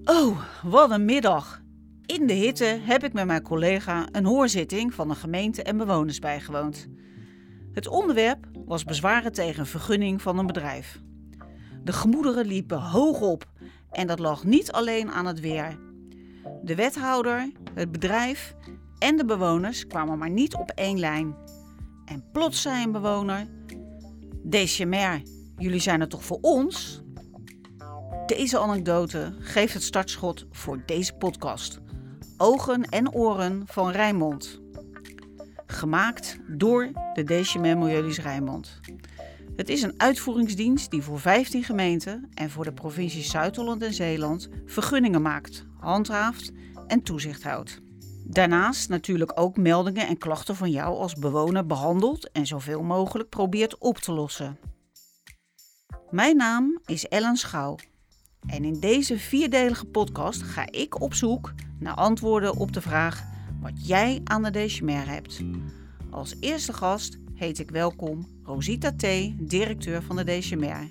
Oh, wat een middag. In de hitte heb ik met mijn collega een hoorzitting van de gemeente en bewoners bijgewoond. Het onderwerp was bezwaren tegen een vergunning van een bedrijf. De gemoederen liepen hoog op en dat lag niet alleen aan het weer. De wethouder, het bedrijf en de bewoners kwamen maar niet op één lijn. En plots zei een bewoner: DCMR, jullie zijn er toch voor ons? Deze anekdote geeft het startschot voor deze podcast. Ogen en oren van Rijnmond. Gemaakt door de DCMR Milieudienst Rijnmond. Het is een uitvoeringsdienst die voor 15 gemeenten en voor de provincies Zuid-Holland en Zeeland vergunningen maakt, handhaaft en toezicht houdt. Daarnaast natuurlijk ook meldingen en klachten van jou als bewoner behandelt en zoveel mogelijk probeert op te lossen. Mijn naam is Ellen Schouw. En in deze 4-delige podcast ga ik op zoek naar antwoorden op de vraag wat jij aan de DCMR hebt. Als eerste gast heet ik welkom Rosita T., directeur van de DCMR.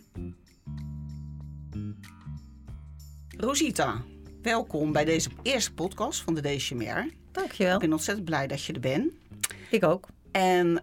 Rosita, welkom bij deze eerste podcast van de DCMR. Dankjewel. Ik ben ontzettend blij dat je er bent. Ik ook. En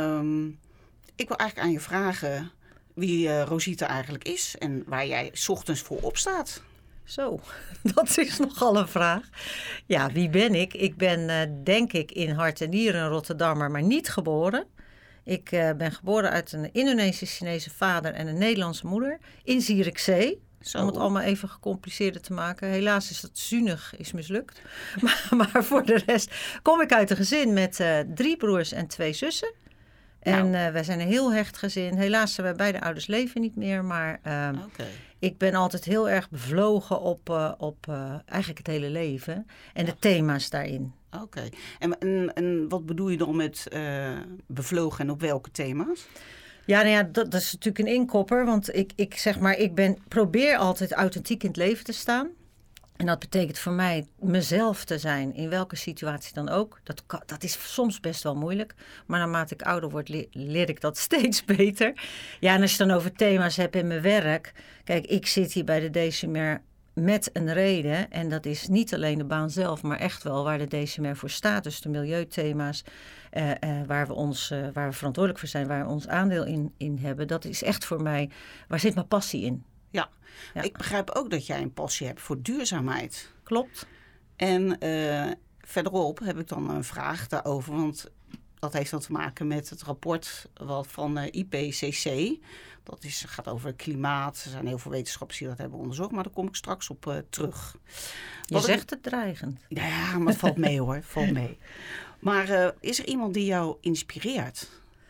ik wil eigenlijk aan je vragen wie Rosita eigenlijk is en waar jij 's ochtends voor opstaat. Zo, dat is nogal een vraag. Ja, wie ben ik? Ik ben denk ik in hart en nieren een Rotterdammer, maar niet geboren. Ik ben geboren uit een Indonesisch-Chinese vader en een Nederlandse moeder in Zierikzee. Zo. Om het allemaal even gecompliceerder te maken. Helaas is dat zuinig is mislukt. Maar voor de rest kom ik uit een gezin met 3 broers en 2 zussen. En wij zijn een heel hecht gezin. Helaas zijn wij beide ouders leven niet meer. Maar ik ben altijd heel erg bevlogen op eigenlijk het hele leven. En de thema's daarin. Oké. En wat bedoel je dan met bevlogen en op welke thema's? Ja, nou ja, dat is natuurlijk een inkopper. Want ik probeer altijd authentiek in het leven te staan. En dat betekent voor mij mezelf te zijn, in welke situatie dan ook. Dat is soms best wel moeilijk. Maar naarmate ik ouder word, leer ik dat steeds beter. Ja, en als je het dan over thema's hebt in mijn werk. Kijk, ik zit hier bij de DCMR met een reden. En dat is niet alleen de baan zelf, maar echt wel waar de DCMR voor staat. Dus de milieuthema's, waar we verantwoordelijk voor zijn, waar we ons aandeel in hebben. Dat is echt voor mij, waar zit mijn passie in? Ja. Ik begrijp ook dat jij een passie hebt voor duurzaamheid. Klopt. En verderop heb ik dan een vraag daarover, want dat heeft dan te maken met het rapport van IPCC. Dat gaat over klimaat. Er zijn heel veel wetenschappers die dat hebben onderzocht, maar daar kom ik straks op terug. Je zegt het dreigend. Ja, maar het valt mee hoor, valt mee. Maar is er iemand die jou inspireert?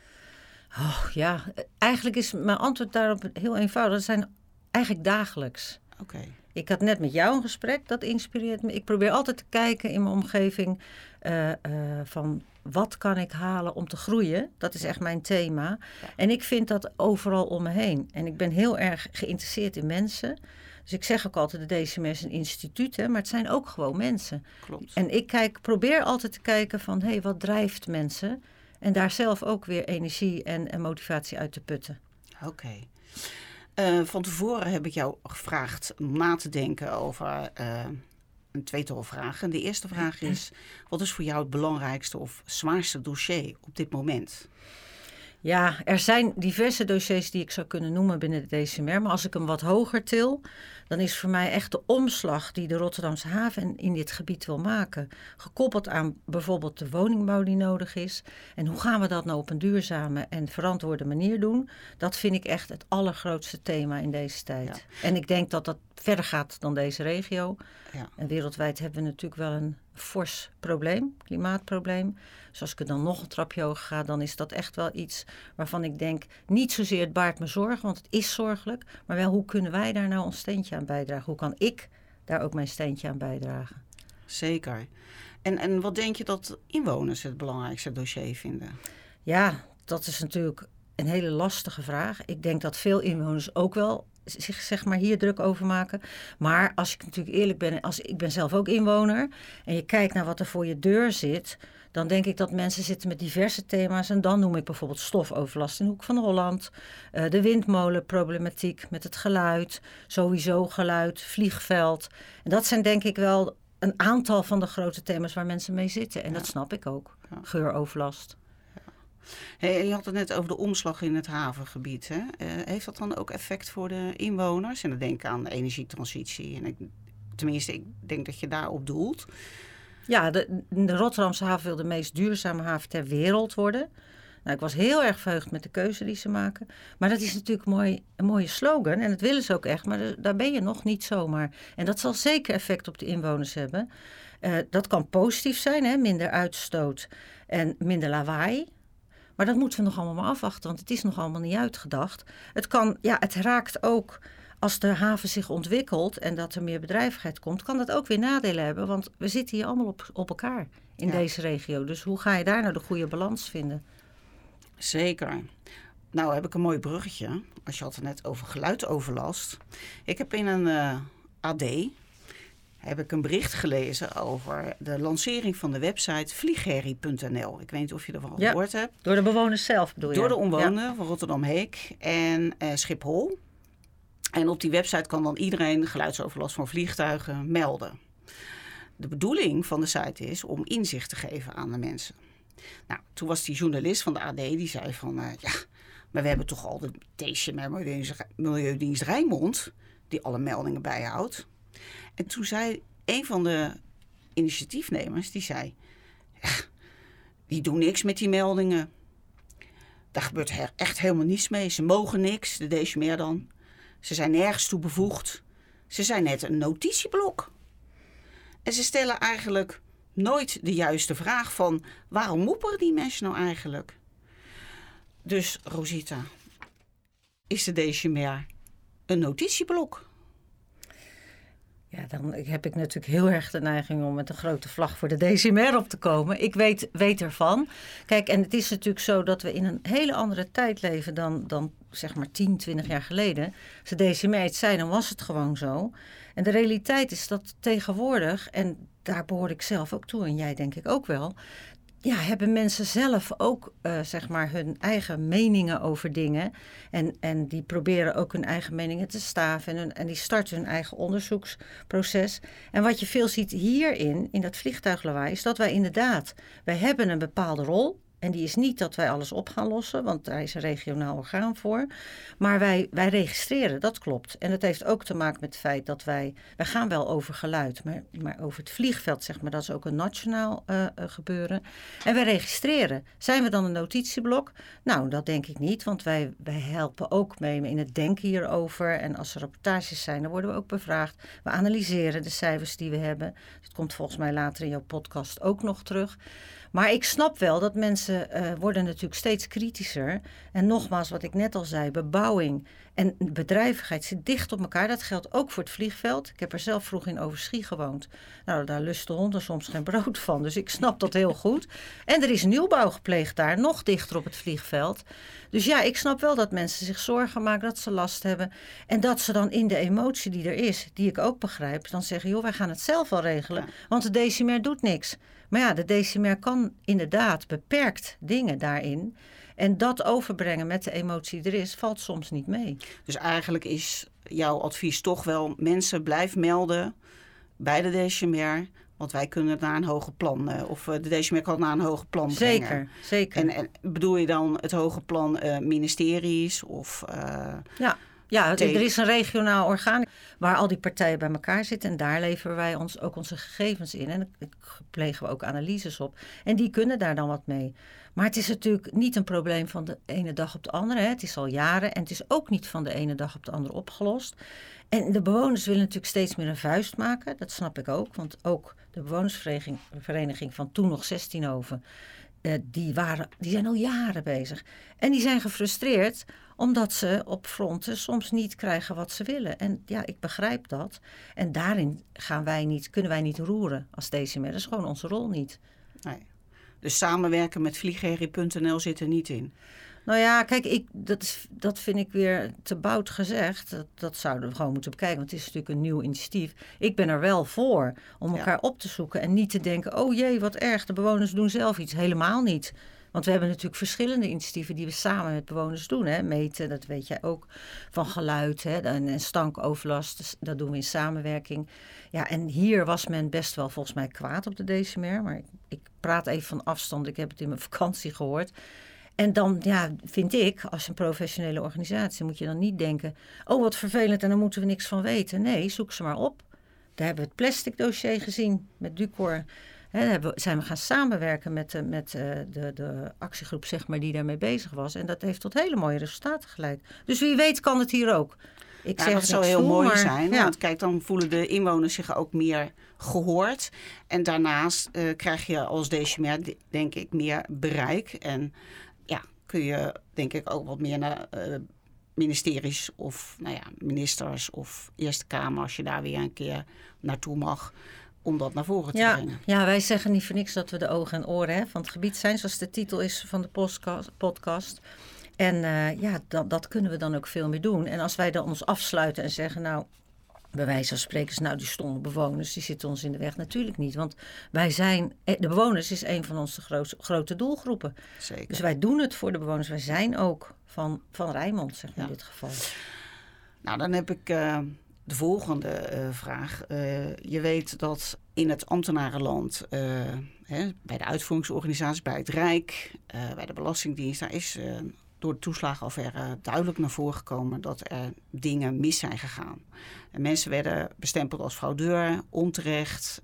Oh ja, eigenlijk is mijn antwoord daarop heel eenvoudig. Dat zijn eigenlijk dagelijks. Oké. Ik had net met jou een gesprek, dat inspireert me. Ik probeer altijd te kijken in mijn omgeving van wat kan ik halen om te groeien. Dat is echt mijn thema. Ja. En ik vind dat overal om me heen. En ik ben heel erg geïnteresseerd in mensen. Dus ik zeg ook altijd, de DCMR is een instituut, hè, maar het zijn ook gewoon mensen. Klopt. En ik probeer altijd te kijken van, wat drijft mensen? En daar zelf ook weer energie en motivatie uit te putten. Oké. Van tevoren heb ik jou gevraagd om na te denken over een tweetal vragen. De eerste vraag is, wat is voor jou het belangrijkste of zwaarste dossier op dit moment? Ja, er zijn diverse dossiers die ik zou kunnen noemen binnen de DCMR. Maar als ik hem wat hoger til, dan is voor mij echt de omslag die de Rotterdamse haven in dit gebied wil maken. Gekoppeld aan bijvoorbeeld de woningbouw die nodig is. En hoe gaan we dat nou op een duurzame en verantwoorde manier doen? Dat vind ik echt het allergrootste thema in deze tijd. Ja. En ik denk dat dat verder gaat dan deze regio. Ja. En wereldwijd hebben we natuurlijk wel een fors probleem, klimaatprobleem. Dus als ik er dan nog een trapje hoger ga, dan is dat echt wel iets waarvan ik denk, niet zozeer het baart me zorgen, want het is zorgelijk. Maar wel, hoe kunnen wij daar nou ons steentje aan bijdragen? Hoe kan ik daar ook mijn steentje aan bijdragen? Zeker. En wat denk je dat inwoners het belangrijkste dossier vinden? Ja, dat is natuurlijk een hele lastige vraag. Ik denk dat veel inwoners ook wel zich zeg maar hier druk over maken. Maar als ik natuurlijk eerlijk ben, ik ben zelf ook inwoner en je kijkt naar wat er voor je deur zit, dan denk ik dat mensen zitten met diverse thema's. En dan noem ik bijvoorbeeld stofoverlast in de Hoek van Holland, de windmolenproblematiek met het geluid, sowieso geluid, vliegveld. En dat zijn denk ik wel een aantal van de grote thema's waar mensen mee zitten. En dat snap ik ook. Ja. Geuroverlast. Hey, je had het net over de omslag in het havengebied. Hè? Heeft dat dan ook effect voor de inwoners? En dan denk ik aan de energietransitie. En ik denk dat je daarop doelt. Ja, de Rotterdamse haven wil de meest duurzame haven ter wereld worden. Nou, ik was heel erg verheugd met de keuze die ze maken. Maar dat is natuurlijk een mooie slogan. En dat willen ze ook echt. Maar daar ben je nog niet zomaar. En dat zal zeker effect op de inwoners hebben. Dat kan positief zijn, hè? Minder uitstoot en minder lawaai. Maar dat moeten we nog allemaal maar afwachten, want het is nog allemaal niet uitgedacht. Het raakt ook, als de haven zich ontwikkelt en dat er meer bedrijvigheid komt, kan dat ook weer nadelen hebben. Want we zitten hier allemaal op elkaar in deze regio. Dus hoe ga je daar nou de goede balans vinden? Zeker. Nou heb ik een mooi bruggetje, als je had het net over geluidoverlast. Ik heb in een AD... heb ik een bericht gelezen over de lancering van de website vliegherrie.nl. Ik weet niet of je ervan gehoord hebt. Door de bewoners zelf bedoel je? Door de omwonenden van Rotterdam-Heek en Schiphol. En op die website kan dan iedereen geluidsoverlast van vliegtuigen melden. De bedoeling van de site is om inzicht te geven aan de mensen. Nou, toen was die journalist van de AD die zei van... maar we hebben toch al de DCMR Milieudienst Rijnmond... die alle meldingen bijhoudt. En toen zei een van de initiatiefnemers, die zei... die doen niks met die meldingen. Daar gebeurt echt helemaal niets mee. Ze mogen niks, de DCMR dan. Ze zijn nergens toe bevoegd. Ze zijn net een notitieblok. En ze stellen eigenlijk nooit de juiste vraag van... waarom mopperen die mensen nou eigenlijk? Dus Rosita, is de DCMR een notitieblok? Ja, dan heb ik natuurlijk heel erg de neiging om met een grote vlag voor de DCMR op te komen. Ik weet ervan. Kijk, en het is natuurlijk zo dat we in een hele andere tijd leven dan zeg maar 10, 20 jaar geleden. Als de DCMR het zei, dan was het gewoon zo. En de realiteit is dat tegenwoordig, en daar behoor ik zelf ook toe en jij denk ik ook wel... Ja, hebben mensen zelf ook zeg maar hun eigen meningen over dingen. En die proberen ook hun eigen meningen te staven. En die starten hun eigen onderzoeksproces. En wat je veel ziet hierin, in dat vliegtuiglawaai, is dat wij hebben een bepaalde rol. En die is niet dat wij alles op gaan lossen, want daar is een regionaal orgaan voor. Maar wij registreren, dat klopt. En dat heeft ook te maken met het feit dat wij gaan wel over geluid, maar over het vliegveld, zeg maar, dat is ook een nationaal gebeuren. En wij registreren. Zijn we dan een notitieblok? Nou, dat denk ik niet, want wij helpen ook mee in het denken hierover. En als er rapportages zijn, dan worden we ook bevraagd. We analyseren de cijfers die we hebben. Dat komt volgens mij later in jouw podcast ook nog terug. Maar ik snap wel dat mensen worden natuurlijk steeds kritischer. En nogmaals, wat ik net al zei, bebouwing en bedrijvigheid zit dicht op elkaar. Dat geldt ook voor het vliegveld. Ik heb er zelf vroeg in Overschie gewoond. Nou, daar lusten honden soms geen brood van. Dus ik snap dat heel goed. En er is nieuwbouw gepleegd daar, nog dichter op het vliegveld. Dus ja, ik snap wel dat mensen zich zorgen maken, dat ze last hebben. En dat ze dan in de emotie die er is, die ik ook begrijp, dan zeggen, joh, wij gaan het zelf wel regelen. Want de DCMR doet niks. Maar ja, de DCMR kan inderdaad beperkt dingen daarin. En dat overbrengen met de emotie die er is, valt soms niet mee. Dus eigenlijk is jouw advies toch wel... mensen blijf melden bij de DCMR... want wij kunnen het naar een hoger plan... of de DCMR kan het naar een hoger plan brengen. Zeker. En bedoel je dan het hoger plan ministeries of... Ja, er is een regionaal orgaan waar al die partijen bij elkaar zitten. En daar leveren wij ook onze gegevens in. En daar plegen we ook analyses op. En die kunnen daar dan wat mee. Maar het is natuurlijk niet een probleem van de ene dag op de andere. Hè. Het is al jaren en het is ook niet van de ene dag op de andere opgelost. En de bewoners willen natuurlijk steeds meer een vuist maken. Dat snap ik ook. Want ook de bewonersvereniging van toen nog 16hoven... Die zijn al jaren bezig. En die zijn gefrustreerd omdat ze op fronten soms niet krijgen wat ze willen. En ja, ik begrijp dat. En daarin kunnen wij niet roeren als DCMR. Dat is gewoon onze rol niet. Nee. Dus samenwerken met vliegherrie.nl zit er niet in? Nou ja, kijk, dat vind ik weer te bout gezegd. Dat zouden we gewoon moeten bekijken, want het is natuurlijk een nieuw initiatief. Ik ben er wel voor om elkaar op te zoeken en niet te denken, oh jee, wat erg, de bewoners doen zelf iets. Helemaal niet. Want we hebben natuurlijk verschillende initiatieven die we samen met bewoners doen. Hè? Meten, dat weet jij ook, van geluid, hè? En stankoverlast, dus dat doen we in samenwerking. Ja, en hier was men best wel volgens mij kwaad op de DCMR, maar ik praat even van afstand, ik heb het in mijn vakantie gehoord. En dan vind ik, als een professionele organisatie, moet je dan niet denken, oh wat vervelend en daar moeten we niks van weten. Nee, zoek ze maar op. Daar hebben we het plastic dossier gezien met Ducor. Zijn we gaan samenwerken met de actiegroep zeg maar, die daarmee bezig was. En dat heeft tot hele mooie resultaten geleid. Dus wie weet kan het hier ook. Dat zou heel mooi zijn. Ja. Want kijk, dan voelen de inwoners zich ook meer gehoord. En daarnaast krijg je als DCMR denk ik meer bereik. En kun je denk ik ook wat meer naar ministeries of ministers of Eerste Kamer, als je daar weer een keer naartoe mag, om dat naar voren te brengen. Ja, wij zeggen niet voor niks dat we de ogen en oren van het gebied zijn, zoals de titel is van de podcast. En dat kunnen we dan ook veel meer doen. En als wij dan ons afsluiten en zeggen, nou, bij wijze van spreken, die stomme bewoners, die zitten ons in de weg. Natuurlijk niet, want de bewoners is een van onze grote doelgroepen. Zeker. Dus wij doen het voor de bewoners. Wij zijn ook van Rijnmond, zeg maar in dit geval. Nou, dan heb ik de volgende vraag. Je weet dat in het ambtenarenland, bij de uitvoeringsorganisaties, bij het Rijk, bij de Belastingdienst, daar is door de toeslagenaffaire duidelijk naar voren gekomen dat er dingen mis zijn gegaan. En mensen werden bestempeld als fraudeur, onterecht.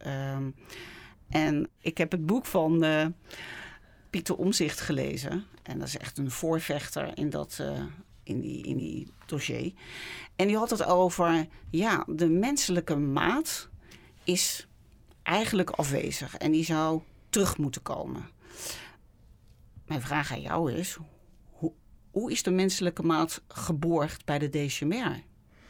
En ik heb het boek van Pieter Omtzigt gelezen. En dat is echt een voorvechter in die dossier. En die had het over, de menselijke maat is eigenlijk afwezig. En die zou terug moeten komen. Mijn vraag aan jou is, hoe is de menselijke maat geborgd bij de DCMR?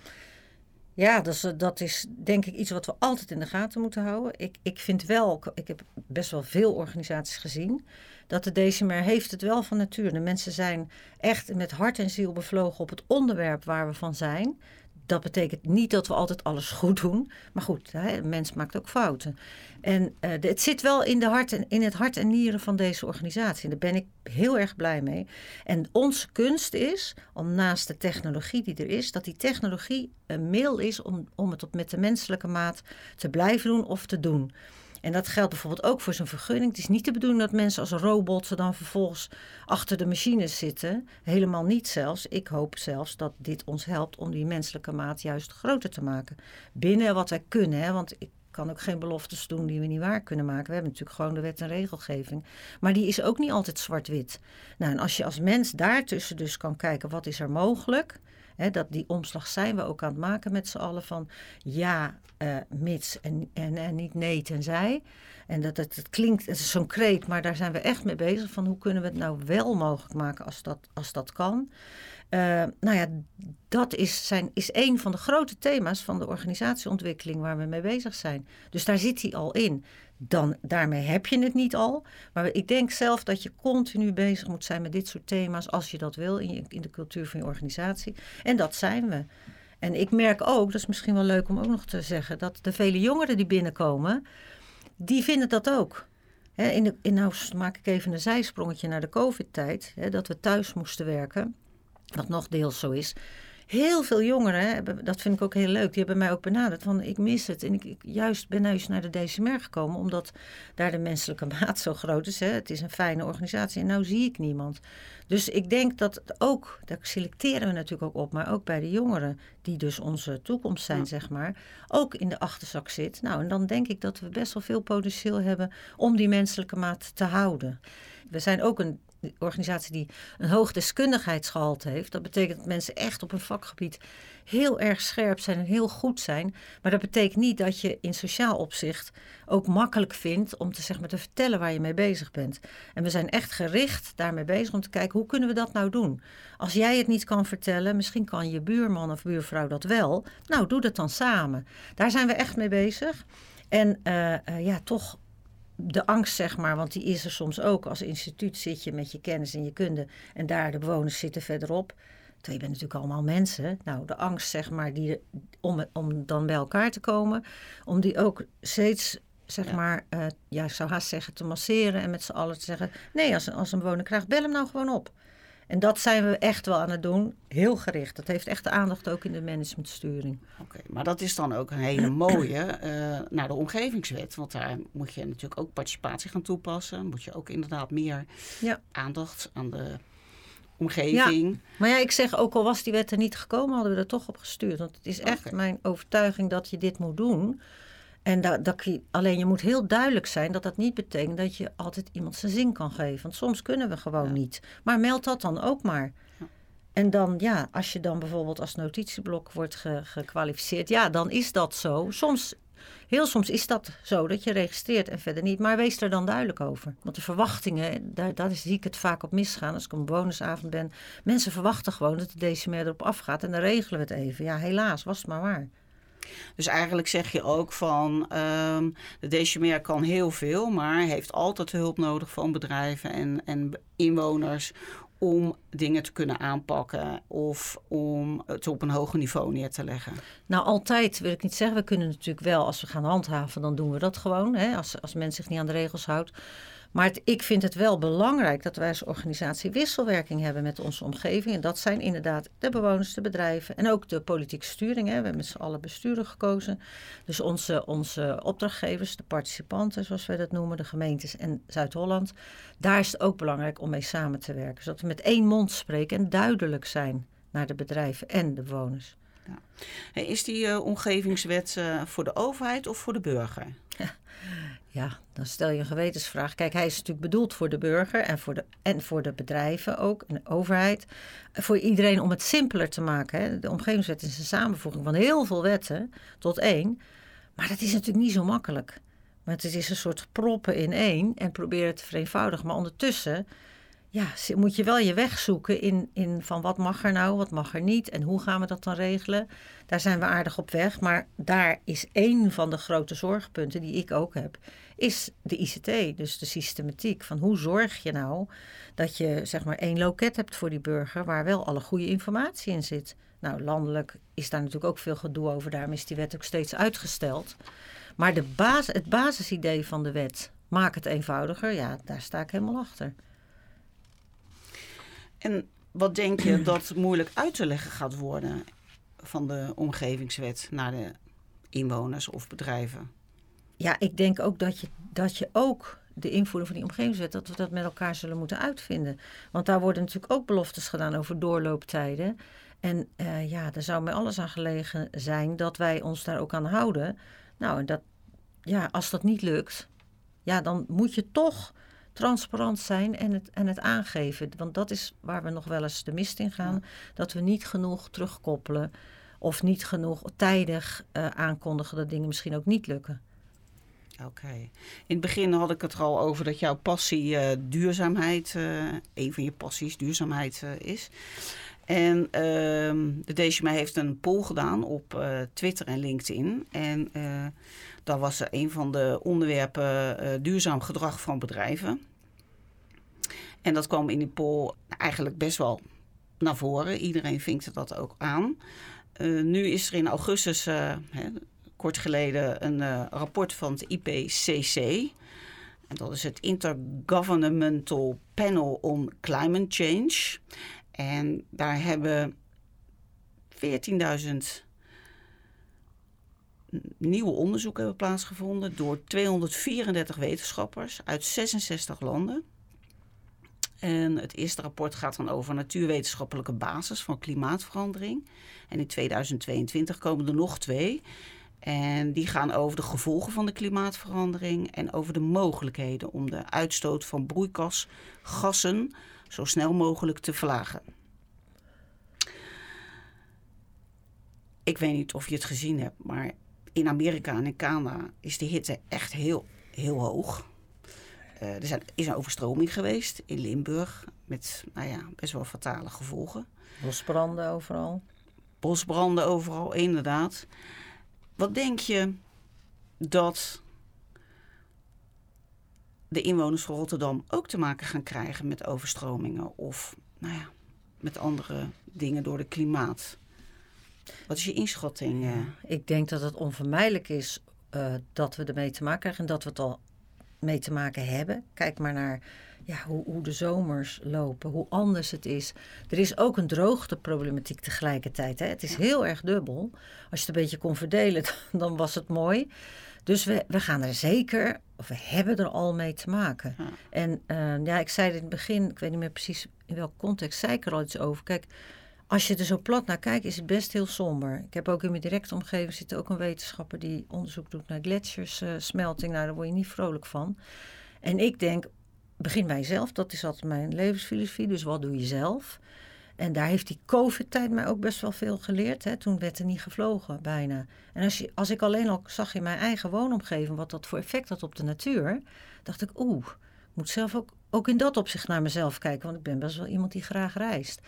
Ja, dat is denk ik iets wat we altijd in de gaten moeten houden. Ik heb best wel veel organisaties gezien, dat de DCMR heeft het wel van nature. De mensen zijn echt met hart en ziel bevlogen op het onderwerp waar we van zijn. Dat betekent niet dat we altijd alles goed doen. Maar goed, een mens maakt ook fouten. En het zit wel in het hart en nieren van deze organisatie. En daar ben ik heel erg blij mee. En onze kunst is, om naast de technologie die er is, dat die technologie een middel is om het met de menselijke maat te blijven doen of te doen. En dat geldt bijvoorbeeld ook voor zo'n vergunning. Het is niet de bedoeling dat mensen als robots dan vervolgens achter de machines zitten. Helemaal niet zelfs. Ik hoop zelfs dat dit ons helpt om die menselijke maat juist groter te maken. Binnen wat wij kunnen. Hè? Want ik kan ook geen beloftes doen die we niet waar kunnen maken. We hebben natuurlijk gewoon de wet en regelgeving. Maar die is ook niet altijd zwart-wit. Nou, en als je als mens daartussen dus kan kijken, wat is er mogelijk? Die omslag zijn we ook aan het maken met z'n allen van mits en niet nee tenzij. En dat klinkt, het is zo'n kreet, maar daar zijn we echt mee bezig van hoe kunnen we het nou wel mogelijk maken als dat kan. Dat is een van de grote thema's van de organisatieontwikkeling waar we mee bezig zijn. Dus daar zit hij al in. Daarmee heb je het niet al. Maar ik denk zelf dat je continu bezig moet zijn met dit soort thema's als je dat wil in de cultuur van je organisatie. En dat zijn we. En ik merk ook, dat is misschien wel leuk om ook nog te zeggen, dat de vele jongeren die binnenkomen, die vinden dat ook. Nou maak ik even een zijsprongetje naar de COVID-tijd, dat we thuis moesten werken, wat nog deels zo is. Heel veel jongeren, dat vind ik ook heel leuk, die hebben mij ook benaderd van ik mis het. En ik ben juist naar de DCMR gekomen, omdat daar de menselijke maat zo groot is. Het is een fijne organisatie en nou zie ik niemand. Dus ik denk dat ook, daar selecteren we natuurlijk ook op, maar ook bij de jongeren, die dus onze toekomst zijn, zeg maar, ook in de achterzak zit. Nou, en dan denk ik dat we best wel veel potentieel hebben om die menselijke maat te houden. We zijn ook een organisatie die een hoog deskundigheidsgehalte heeft. Dat betekent dat mensen echt op een vakgebied heel erg scherp zijn en heel goed zijn. Maar dat betekent niet dat je in sociaal opzicht ook makkelijk vindt om te vertellen waar je mee bezig bent. En we zijn echt gericht daarmee bezig om te kijken hoe kunnen we dat nou doen. Als jij het niet kan vertellen, misschien kan je buurman of buurvrouw dat wel. Nou, doe dat dan samen. Daar zijn we echt mee bezig. En toch de angst, zeg maar, want die is er soms ook. Als instituut zit je met je kennis en je kunde en daar de bewoners zitten verderop. Je bent natuurlijk allemaal mensen. Nou, de angst, zeg maar, om dan bij elkaar te komen, om die ook steeds, zeg maar, ik zou haast zeggen, te masseren en met z'n allen te zeggen, nee, als een bewoner krijgt, bel hem nou gewoon op. En dat zijn we echt wel aan het doen, heel gericht. Dat heeft echt de aandacht ook in de managementsturing. Oké, maar dat is dan ook een hele mooie naar de omgevingswet. Want daar moet je natuurlijk ook participatie gaan toepassen. Moet je ook inderdaad meer aandacht aan de omgeving. Ja, maar ja, ik zeg, ook al was die wet er niet gekomen, hadden we er toch op gestuurd. Want het is echt mijn overtuiging dat je dit moet doen. En alleen je moet heel duidelijk zijn dat dat niet betekent dat je altijd iemand zijn zin kan geven. Want soms kunnen we gewoon niet. Maar meld dat dan ook maar. Ja. En dan, als je dan bijvoorbeeld als notitieblok wordt gekwalificeerd, dan is dat zo. Heel soms is dat zo, dat je registreert en verder niet. Maar wees er dan duidelijk over. Want de verwachtingen, daar zie ik het vaak op misgaan. Als ik op een bewonersavond ben, mensen verwachten gewoon dat de decimair erop afgaat. En dan regelen we het even. Ja, helaas, was het maar waar. Dus eigenlijk zeg je ook van de decimair kan heel veel, maar heeft altijd hulp nodig van bedrijven en inwoners om dingen te kunnen aanpakken of om het op een hoger niveau neer te leggen? Nou, altijd wil ik niet zeggen. We kunnen natuurlijk wel, als we gaan handhaven, dan doen we dat gewoon. Hè, als men zich niet aan de regels houdt. Maar ik vind het wel belangrijk dat wij als organisatie wisselwerking hebben met onze omgeving. En dat zijn inderdaad de bewoners, de bedrijven en ook de politieke sturing. Hè. We hebben met z'n allen besturen gekozen. Dus onze opdrachtgevers, de participanten zoals wij dat noemen, de gemeentes en Zuid-Holland. Daar is het ook belangrijk om mee samen te werken. Zodat we met één mond spreken en duidelijk zijn naar de bedrijven en de bewoners. Ja. Is die omgevingswet voor de overheid of voor de burger? Ja, dan stel je een gewetensvraag. Kijk, hij is natuurlijk bedoeld voor de burger en voor de bedrijven ook, en de overheid. Voor iedereen om het simpeler te maken. Hè. De omgevingswet is een samenvoeging van heel veel wetten tot één. Maar dat is natuurlijk niet zo makkelijk. Want het is een soort proppen in één en proberen het te vereenvoudigen. Maar ondertussen moet je wel je weg zoeken in van wat mag er nou, wat mag er niet en hoe gaan we dat dan regelen. Daar zijn we aardig op weg, maar daar is één van de grote zorgpunten die ik ook heb, is de ICT, dus de systematiek. Van hoe zorg je nou dat je zeg maar één loket hebt voor die burger waar wel alle goede informatie in zit. Nou, landelijk is daar natuurlijk ook veel gedoe over, daarom is die wet ook steeds uitgesteld. Maar het basisidee van de wet, maak het eenvoudiger, daar sta ik helemaal achter. En wat denk je dat moeilijk uit te leggen gaat worden van de omgevingswet naar de inwoners of bedrijven? Ja, ik denk ook dat je ook de invoering van die omgevingswet, dat we dat met elkaar zullen moeten uitvinden. Want daar worden natuurlijk ook beloftes gedaan over doorlooptijden. En er zou mij alles aan gelegen zijn dat wij ons daar ook aan houden. Nou, en als dat niet lukt, dan moet je toch transparant zijn en het aangeven. Want dat is waar we nog wel eens de mist in gaan. Ja. Dat we niet genoeg terugkoppelen of niet genoeg tijdig aankondigen dat dingen misschien ook niet lukken. Oké. In het begin had ik het er al over dat jouw passie duurzaamheid, een van je passies duurzaamheid is. En de DCMA heeft een poll gedaan op Twitter en LinkedIn. En daar was een van de onderwerpen duurzaam gedrag van bedrijven. En dat kwam in die poll eigenlijk best wel naar voren. Iedereen vinkte dat ook aan. Nu is er in augustus, kort geleden, een rapport van het IPCC. En dat is het Intergovernmental Panel on Climate Change. En daar hebben 14.000 nieuwe onderzoeken plaatsgevonden door 234 wetenschappers uit 66 landen. En het eerste rapport gaat dan over natuurwetenschappelijke basis van klimaatverandering. En in 2022 komen er nog 2. En die gaan over de gevolgen van de klimaatverandering en over de mogelijkheden om de uitstoot van broeikasgassen zo snel mogelijk te verlagen. Ik weet niet of je het gezien hebt, maar in Amerika en in Canada is de hitte echt heel, heel hoog. Er is een overstroming geweest in Limburg met best wel fatale gevolgen. Bosbranden overal. Bosbranden overal, inderdaad. Wat denk je dat de inwoners van Rotterdam ook te maken gaan krijgen met overstromingen of met andere dingen door het klimaat? Wat is je inschatting? Ik denk dat het onvermijdelijk is dat we ermee te maken krijgen en dat we het al mee te maken hebben. Kijk maar naar hoe de zomers lopen, hoe anders het is. Er is ook een droogteproblematiek tegelijkertijd. Hè? Het is heel erg dubbel. Als je het een beetje kon verdelen, dan was het mooi. Dus we gaan er zeker, of we hebben er al mee te maken. Ja. En ik zei het in het begin, ik weet niet meer precies in welk context, zei ik er al iets over. Kijk, als je er zo plat naar kijkt, is het best heel somber. Ik heb ook in mijn directe omgeving zit ook een wetenschapper die onderzoek doet naar gletsjerssmelting. Nou, daar word je niet vrolijk van. En ik denk, begin bij jezelf, dat is altijd mijn levensfilosofie. Dus wat doe je zelf? En daar heeft die COVID-tijd mij ook best wel veel geleerd. Hè? Toen werd er niet gevlogen, bijna. En als ik alleen al zag in mijn eigen woonomgeving wat dat voor effect had op de natuur, dacht ik, ik moet zelf ook in dat opzicht naar mezelf kijken. Want ik ben best wel iemand die graag reist.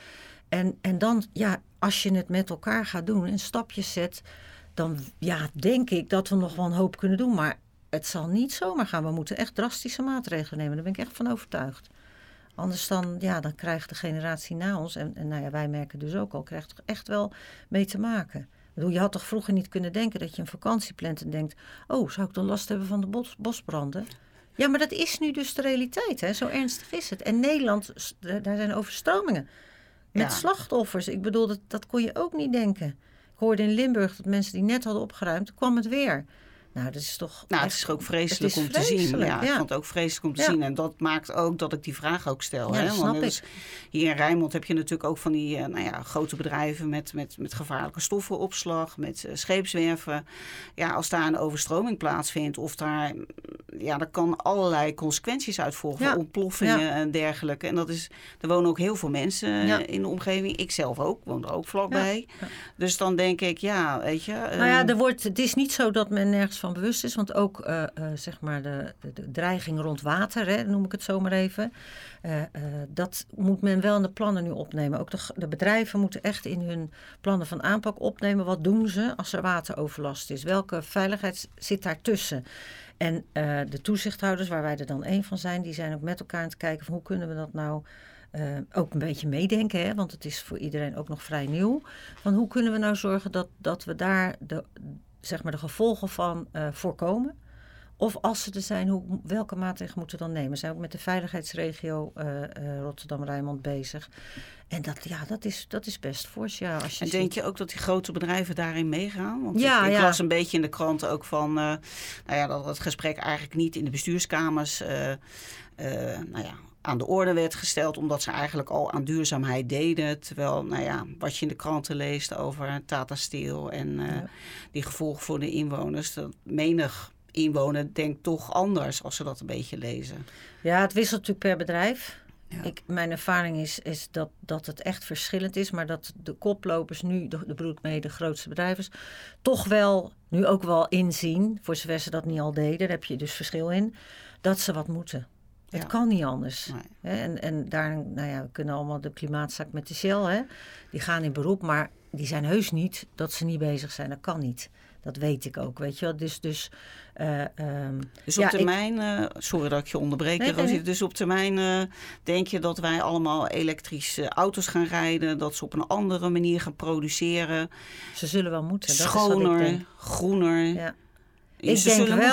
En dan, als je het met elkaar gaat doen en stapjes zet, dan denk ik dat we nog wel een hoop kunnen doen. Maar het zal niet zomaar gaan. We moeten echt drastische maatregelen nemen. Daar ben ik echt van overtuigd. Anders dan krijgt de generatie na ons, en wij merken dus ook al, krijgt er echt wel mee te maken. Ik bedoel, je had toch vroeger niet kunnen denken dat je een vakantie plant en denkt, zou ik dan last hebben van de bosbranden? Ja, maar dat is nu dus de realiteit, hè? Zo ernstig is het. En Nederland, daar zijn overstromingen met slachtoffers. Ik bedoel, dat kon je ook niet denken. Ik hoorde in Limburg dat mensen die net hadden opgeruimd, kwam het weer. Nou, dat is toch. Nou, het is ook vreselijk om te zien. Ja, ik vond het ook vreselijk om te zien. En dat maakt ook dat ik die vraag ook stel. Ja, hè? Dat snap ik. Hier in Rijnmond heb je natuurlijk ook van die grote bedrijven met gevaarlijke stoffenopslag, met scheepswerven. Ja, als daar een overstroming plaatsvindt of daar kan allerlei consequenties uit volgen. Ontploffingen en dergelijke. En er wonen ook heel veel mensen in de omgeving. Ik zelf ook, woon er ook vlakbij. Ja. Dus dan denk ik, weet je. Het is niet zo dat men nergens van bewust is, want ook de dreiging rond water, hè, noem ik het zo maar even, dat moet men wel in de plannen nu opnemen. Ook de bedrijven moeten echt in hun plannen van aanpak opnemen. Wat doen ze als er wateroverlast is? Welke veiligheid zit daartussen? En de toezichthouders, waar wij er dan één van zijn, die zijn ook met elkaar aan het kijken van hoe kunnen we dat nou ook een beetje meedenken, hè? Want het is voor iedereen ook nog vrij nieuw. Van hoe kunnen we nou zorgen dat we daar de gevolgen van voorkomen? Of als ze er zijn, welke maatregelen moeten we dan nemen? We zijn ook met de veiligheidsregio Rotterdam-Rijnmond bezig. En dat is best fors. Ja, en denk je ook dat die grote bedrijven daarin meegaan? Want ik las een beetje in de kranten ook van dat het gesprek eigenlijk niet in de bestuurskamers aan de orde werd gesteld, omdat ze eigenlijk al aan duurzaamheid deden. Terwijl, wat je in de kranten leest over Tata Steel en die gevolgen voor de inwoners, dat menig inwoner denkt toch anders als ze dat een beetje lezen. Ja, het wisselt natuurlijk per bedrijf. Ja. Mijn ervaring is dat het echt verschillend is, maar dat de koplopers nu, de grootste bedrijven, toch wel nu ook wel inzien, voor zover ze dat niet al deden, daar heb je dus verschil in, dat ze wat moeten. Het kan niet anders. Nee. En daar, we kunnen allemaal de klimaatzaak met de Shell, hè? Die gaan in beroep, maar die zijn heus niet dat ze niet bezig zijn. Dat kan niet. Dat weet ik ook, weet je wel. Dus op termijn, sorry dat ik je onderbreek, Rosie. Dus op termijn denk je dat wij allemaal elektrische auto's gaan rijden, dat ze op een andere manier gaan produceren. Ze zullen wel moeten. Schoner, groener. Ja. Ik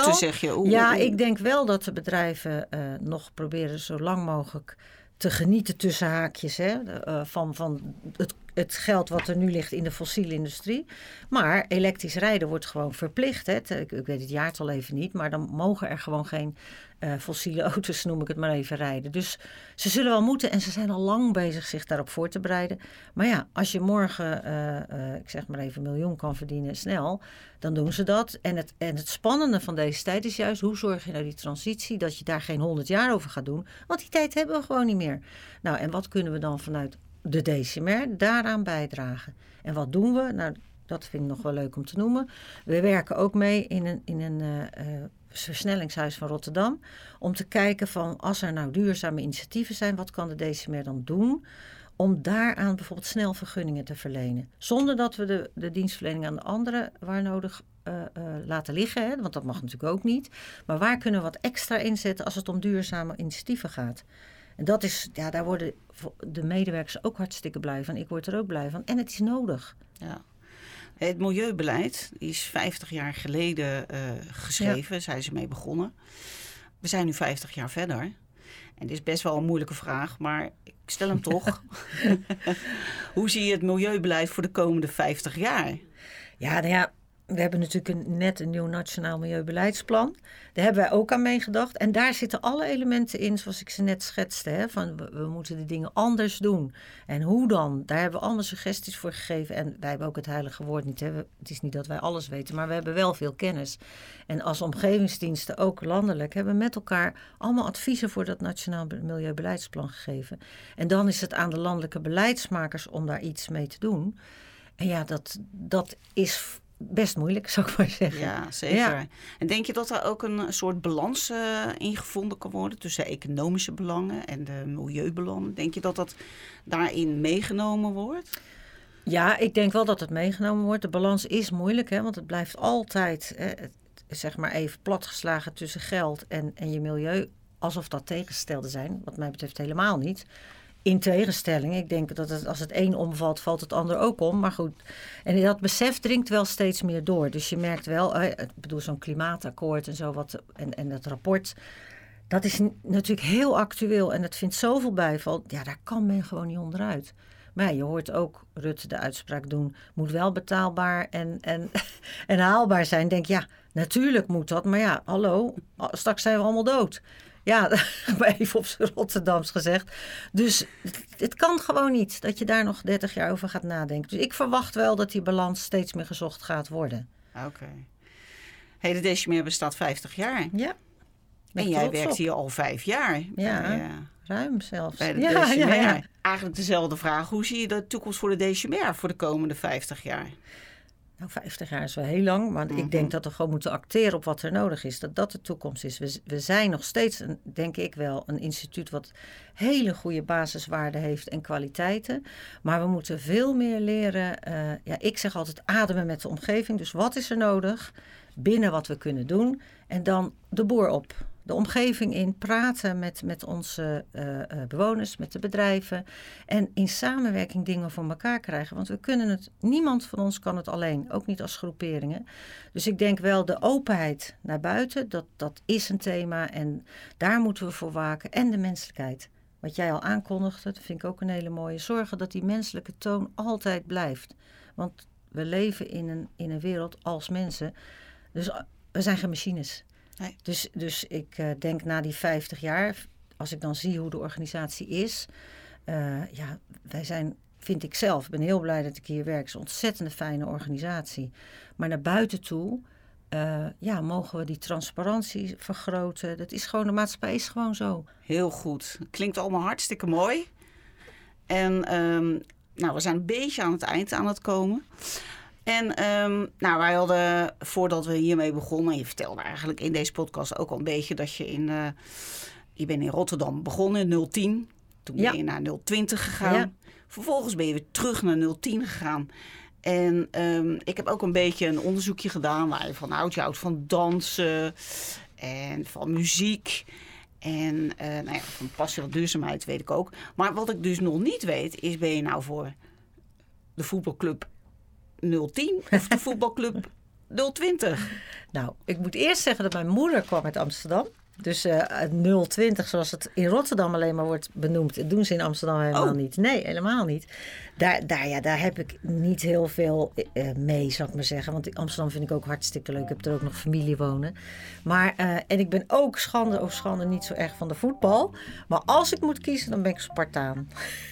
denk wel dat de bedrijven nog proberen zo lang mogelijk te genieten tussen haakjes van het geld wat er nu ligt in de fossiele industrie. Maar elektrisch rijden wordt gewoon verplicht. Hè. Ik weet het jaartal even niet, maar dan mogen er gewoon geen fossiele auto's, noem ik het maar even, rijden. Dus ze zullen wel moeten en ze zijn al lang bezig zich daarop voor te bereiden. Maar als je morgen, ik zeg maar even, 1 miljoen kan verdienen snel, dan doen ze dat. En het spannende van deze tijd is juist, hoe zorg je nou die transitie, dat je daar geen 100 jaar over gaat doen. Want die tijd hebben we gewoon niet meer. Nou, en wat kunnen we dan vanuit de DCMR daaraan bijdragen? En wat doen we? Nou, dat vind ik nog wel leuk om te noemen. We werken ook mee in een versnellingshuis van Rotterdam, om te kijken van, als er nou duurzame initiatieven zijn, wat kan de DCMR dan doen om daaraan bijvoorbeeld snel vergunningen te verlenen. Zonder dat we de dienstverlening aan de anderen waar nodig laten liggen. Hè? Want dat mag natuurlijk ook niet. Maar waar kunnen we wat extra inzetten als het om duurzame initiatieven gaat? En dat is, daar worden de medewerkers ook hartstikke blij van. Ik word er ook blij van. En het is nodig. Ja. Het milieubeleid is 50 jaar geleden geschreven. Zijn ze mee begonnen. We zijn nu 50 jaar verder. En dit is best wel een moeilijke vraag, maar ik stel hem toch. Hoe zie je het milieubeleid voor de komende 50 jaar? Ja, we hebben natuurlijk net een nieuw Nationaal Milieubeleidsplan. Daar hebben wij ook aan meegedacht. En daar zitten alle elementen in, zoals ik ze net schetste. Hè, van we moeten de dingen anders doen. En hoe dan? Daar hebben we allemaal suggesties voor gegeven. En wij hebben ook het heilige woord niet. Hè. Het is niet dat wij alles weten, maar we hebben wel veel kennis. En als omgevingsdiensten, ook landelijk, hebben we met elkaar allemaal adviezen voor dat Nationaal Milieubeleidsplan gegeven. En dan is het aan de landelijke beleidsmakers om daar iets mee te doen. En ja, dat is best moeilijk, zou ik maar zeggen. Ja, zeker. Ja. En denk je dat er ook een soort balans in gevonden kan worden tussen economische belangen en de milieubelangen? Denk je dat dat daarin meegenomen wordt? Ja, ik denk wel dat het meegenomen wordt. De balans is moeilijk, hè, want het blijft altijd, zeg maar even platgeslagen tussen geld en je milieu. Alsof dat tegenstelden zijn. Wat mij betreft helemaal niet. In tegenstelling, ik denk dat als het een omvalt, valt het ander ook om. Maar goed, en dat besef dringt wel steeds meer door. Dus je merkt wel, ik bedoel zo'n klimaatakkoord en zo, en dat rapport, dat is natuurlijk heel actueel. En het vindt zoveel bijval. Ja, daar kan men gewoon niet onderuit. Maar ja, je hoort ook Rutte de uitspraak doen. Moet wel betaalbaar en haalbaar zijn. Denk, ja, natuurlijk moet dat. Maar ja, hallo, straks zijn we allemaal dood. Ja, even op z'n Rotterdams gezegd. Dus het kan gewoon niet dat je daar nog 30 jaar over gaat nadenken. Dus ik verwacht wel dat die balans steeds meer gezocht gaat worden. Oké. Hey, de Decimer bestaat 50 jaar. Ja. En jij werkt hier al 5 jaar. Ja, ruim zelfs. Bij de Decimer. Ja. Eigenlijk dezelfde vraag. Hoe zie je de toekomst voor de Decimer voor de komende 50 jaar? Nou, 50 jaar is wel heel lang, maar ik denk dat we gewoon moeten acteren op wat er nodig is. Dat de toekomst is. We zijn nog steeds, denk ik wel, een instituut wat hele goede basiswaarden heeft en kwaliteiten. Maar we moeten veel meer leren. Ik zeg altijd ademen met de omgeving. Dus wat is er nodig binnen wat we kunnen doen? En dan de boer op. De omgeving in, praten met onze bewoners, met de bedrijven. En in samenwerking dingen voor elkaar krijgen. Want we kunnen het, niemand van ons kan het alleen. Ook niet als groeperingen. Dus ik denk wel de openheid naar buiten, dat is een thema. En daar moeten we voor waken. En de menselijkheid. Wat jij al aankondigde, dat vind ik ook een hele mooie. Zorgen dat die menselijke toon altijd blijft. Want we leven in een wereld als mensen. Dus we zijn geen machines. Nee. Dus ik denk na die 50 jaar, als ik dan zie hoe de organisatie is. Wij zijn, vind ik zelf, ben heel blij dat ik hier werk. Het is een ontzettende fijne organisatie. Maar naar buiten toe, mogen we die transparantie vergroten. Dat is gewoon, de maatschappij is gewoon zo. Heel goed. Klinkt allemaal hartstikke mooi. En we zijn een beetje aan het eind aan het komen. En wij hadden, voordat we hiermee begonnen, en je vertelde eigenlijk in deze podcast ook al een beetje dat je je bent in Rotterdam begonnen in 010. Toen ben je naar 020 gegaan. Ja. Vervolgens ben je weer terug naar 010 gegaan. En ik heb ook een beetje een onderzoekje gedaan waar je van houdt. Je houdt van dansen en van muziek. En van passie en duurzaamheid weet ik ook. Maar wat ik dus nog niet weet is, ben je nou voor de voetbalclub 010 of de voetbalclub 020? Nou, ik moet eerst zeggen dat mijn moeder kwam uit Amsterdam. Dus 020, zoals het in Rotterdam alleen maar wordt benoemd, dat doen ze in Amsterdam helemaal niet. Nee, helemaal niet. Daar heb ik niet heel veel mee, zou ik maar zeggen. Want Amsterdam vind ik ook hartstikke leuk. Ik heb er ook nog familie wonen. Maar, en ik ben ook schande niet zo erg van de voetbal. Maar als ik moet kiezen, dan ben ik Spartaan.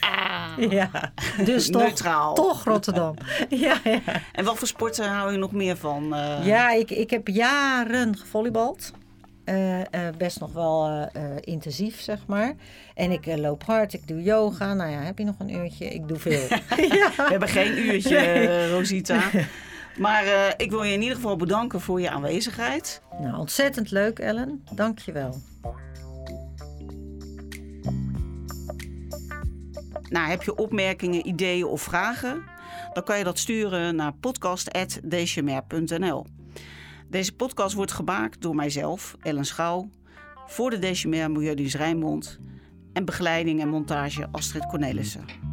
Ja, dus toch Rotterdam. Ja. En wat voor sporten hou je nog meer van? Ja, ik heb jaren gevolleybald. Best nog wel intensief, zeg maar. En ik loop hard, ik doe yoga. Nou ja, heb je nog een uurtje? Ik doe veel. Ja. We hebben geen uurtje, Rosita. Maar ik wil je in ieder geval bedanken voor je aanwezigheid. Nou, ontzettend leuk, Ellen. Dank je wel. Nou, heb je opmerkingen, ideeën of vragen? Dan kan je dat sturen naar podcast@dcmr.nl. Deze podcast wordt gemaakt door mijzelf, Ellen Schouw, voor de DCMR Milieudienst Rijnmond en begeleiding en montage Astrid Cornelissen.